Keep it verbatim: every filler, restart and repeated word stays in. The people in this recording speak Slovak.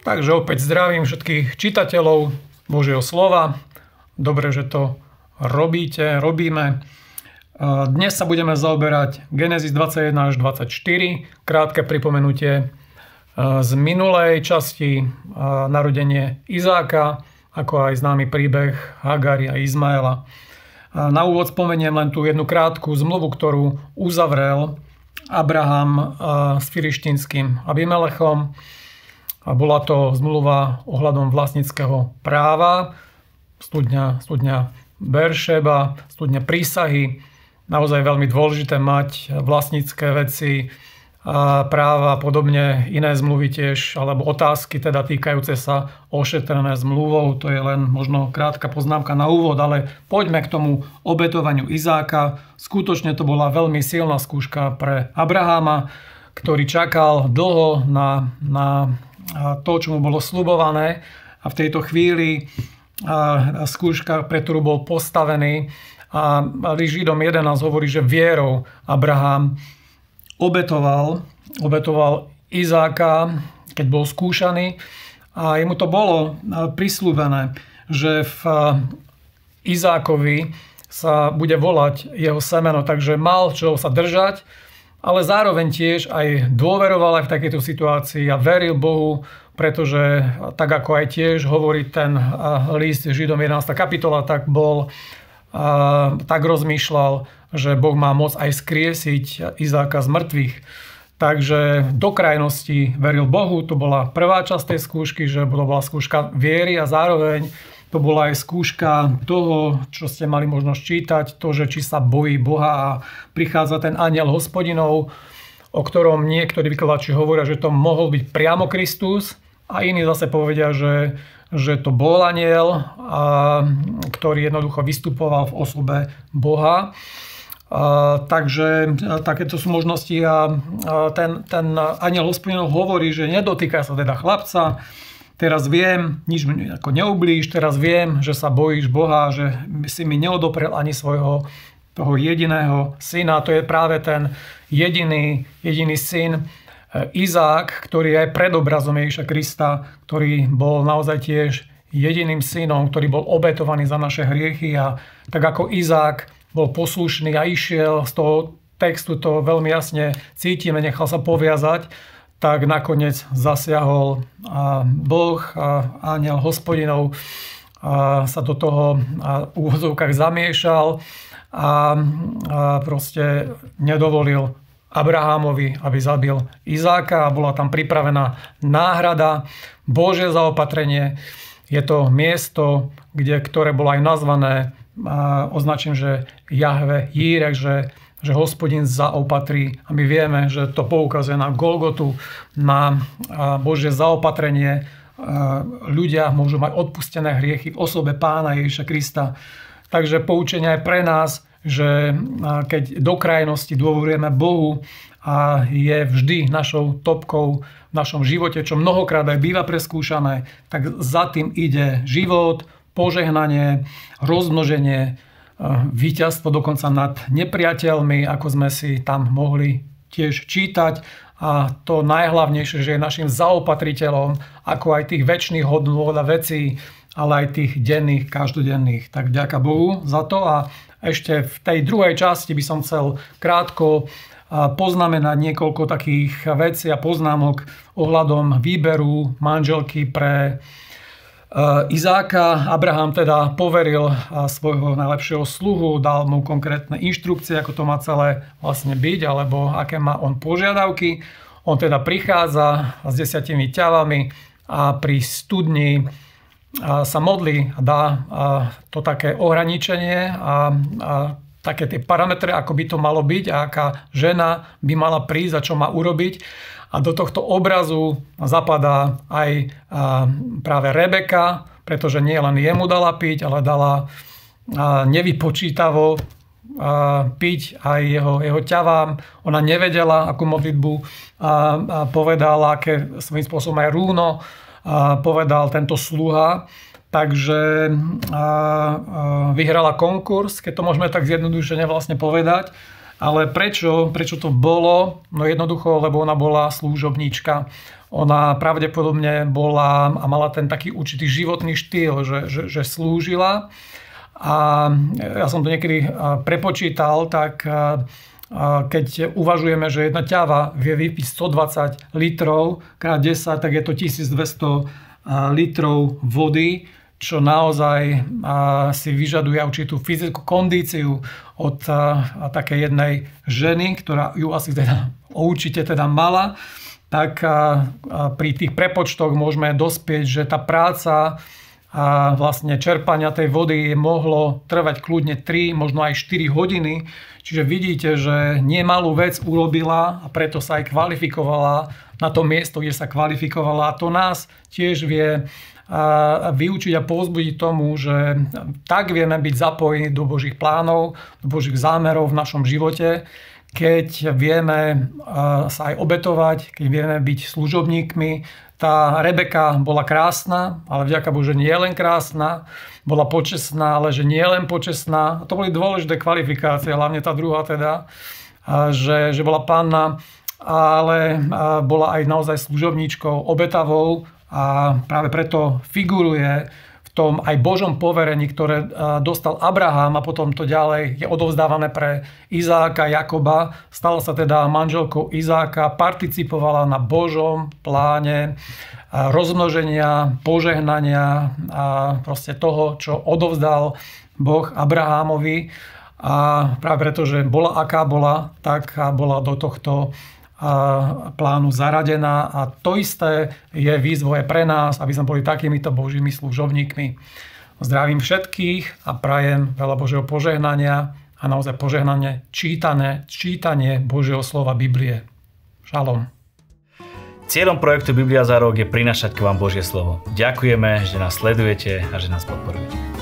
Takže opäť zdravím všetkých čitateľov Božieho slova. Dobre, že to robíte, robíme. Dnes sa budeme zaoberať Genesis dvadsaťjeden až dvadsaťštyri. Krátke pripomenutie z minulej časti, narodenie Izáka, ako aj známy príbeh Hagari a Izmaela. Na úvod spomeniem len tú jednu krátku zmluvu, ktorú uzavrel Abraham s filištínskym Abimelechom. A bola to zmluva ohľadom vlastníckeho práva, studňa, studňa Beršeba, studňa prísahy. Naozaj veľmi dôležité mať vlastnícke veci, a práva a podobne, iné zmluvy tiež, alebo otázky teda týkajúce sa ošetrené zmluvou. To je len možno krátka poznámka na úvod, ale poďme k tomu obetovaniu Izáka. Skutočne to bola veľmi silná skúška pre Abrahama, ktorý čakal dlho na, na to, čo mu bolo sľubované, a v tejto chvíli skúška, pre ktorú bol postavený, a Židom jedenásť hovorí, že vierou Abraham obetoval, obetoval Izáka, keď bol skúšaný, a jemu to bolo prisľúbené, že v Izákovi sa bude volať jeho semeno, takže mal čo sa držať, ale zároveň tiež aj dôveroval aj v takejto situácii a veril Bohu, pretože tak ako aj tiež hovorí ten list Židom jedenásta kapitola, tak bol, tak rozmýšľal, že Boh má moc aj skriesiť Izáka z mŕtvych. Takže do krajnosti veril Bohu, to bola prvá časť tej skúšky, že bola skúška viery, a zároveň to bola aj skúška toho, čo ste mali možnosť čítať, to, že či sa bojí Boha a prichádza ten anjel Hospodinov, o ktorom niektorí vykladači hovoria, že to mohol byť priamo Kristus, a iní zase povedia, že, že to bol anjel, a, ktorý jednoducho vystupoval v osobe Boha. A, takže a, takéto sú možnosti, a, a ten, ten anjel Hospodinov hovorí, že nedotýka sa teda chlapca. Teraz viem, nič mi ako neublíž, teraz viem, že sa bojíš Boha, že si mi neodoprel ani svojho toho jediného syna. To je práve ten jediný, jediný syn Izák, ktorý je aj predobrazom Ježiša Krista, ktorý bol naozaj tiež jediným synom, ktorý bol obetovaný za naše hriechy, a tak ako Izák bol poslušný a išiel, z toho textu to veľmi jasne cítime, nechal sa poviazať, tak nakoniec zasiahol Boh, a anjel Hospodinov sa do toho v úvodzovkách zamiešal a proste nedovolil Abrahamovi, aby zabil Izáka, a bola tam pripravená náhrada, Božie zaopatrenie. Je to miesto, kde, ktoré bolo aj nazvané, označím, že Jahve Jírech, že že Hospodin zaopatrí, a my vieme, že to poukazuje na Golgotu, na Božie zaopatrenie. Ľudia môžu mať odpustené hriechy v osobe Pána Ježiša Krista. Takže poučenie aj pre nás, že keď do krajnosti dôverujeme Bohu, a je vždy našou topkou v našom živote, čo mnohokrát aj býva preskúšané, tak za tým ide život, požehnanie, rozmnoženie, víťazstvo dokonca nad nepriateľmi, ako sme si tam mohli tiež čítať. A to najhlavnejšie, že je našim zaopatriteľom, ako aj tých večných hodnôt a vecí, ale aj tých denných, každodenných. Tak ďaká Bohu za to. A ešte v tej druhej časti by som chcel krátko poznamenať niekoľko takých vecí a poznámok ohľadom výberu manželky pre Izáka. Abraham teda poveril svojho najlepšieho sluhu, dal mu konkrétne inštrukcie, ako to má celé vlastne byť, alebo aké má on požiadavky. On teda prichádza s desiatimi ťavami a pri studni sa modlí a dá to také ohraničenie a, a také tie parametre, ako by to malo byť a aká žena by mala prísť a čo má urobiť. A do tohto obrazu zapadá aj práve Rebeka, pretože nie len jemu dala piť, ale dala nevypočítavo piť aj jeho, jeho ťavám. Ona nevedela, akú modlitbu povedala, aké svojím spôsobom aj rúno povedal tento sluha. Takže vyhrala konkurs, keď to môžeme tak zjednodušene vlastne povedať. Ale prečo, prečo to bolo? No jednoducho, lebo ona bola služobníčka. Ona pravdepodobne bola a mala ten taký určitý životný štýl, že, že, že slúžila. A ja som to niekedy prepočítal, tak keď uvažujeme, že jedna ťava vie vypiť stodvadsať litrov krát desať, tak je to tisícdvesto litrov vody, čo naozaj si vyžaduje určitú fyzickú kondíciu od takej jednej ženy, ktorá ju asi teda určite teda mala. Tak pri tých prepočtoch môžeme dospieť, že tá práca a vlastne čerpania tej vody mohlo trvať kľudne tri, možno aj štyri hodiny. Čiže vidíte, že nemalú vec urobila a preto sa aj kvalifikovala na to miesto, kde sa kvalifikovala. A to nás tiež vie vyučiť a povzbudiť tomu, že tak vieme byť zapojení do Božích plánov, do Božích zámerov v našom živote, keď vieme sa aj obetovať, keď vieme byť služobníkmi. Tá Rebeka bola krásna, ale vďaka Bohu, že nie len krásna, bola počestná, ale že nie len počestná. A to boli dôležité kvalifikácie, hlavne tá druhá teda, že, že bola panna, ale bola aj naozaj služobníčkou, obetavou a práve preto figuruje v tom aj Božom poverení, ktoré dostal Abraham a potom to ďalej je odovzdávané pre Izáka, Jakoba. Stala sa teda manželkou Izáka, participovala na Božom pláne rozmnoženia, požehnania a proste toho, čo odovzdal Boh Abrahamovi. A práve preto, že bola aká bola, tak bola do tohto plánu zaradená a to isté je výzvou pre nás, aby sme boli takýmito Božími služobníkmi. Zdravím všetkých a prajem veľa Božieho požehnania a naozaj požehnanie čítané, čítanie Božieho slova Biblie. Šalom. Cieľom projektu Biblia za rok je prinášať k vám Božie slovo. Ďakujeme, že nás sledujete a že nás podporujete.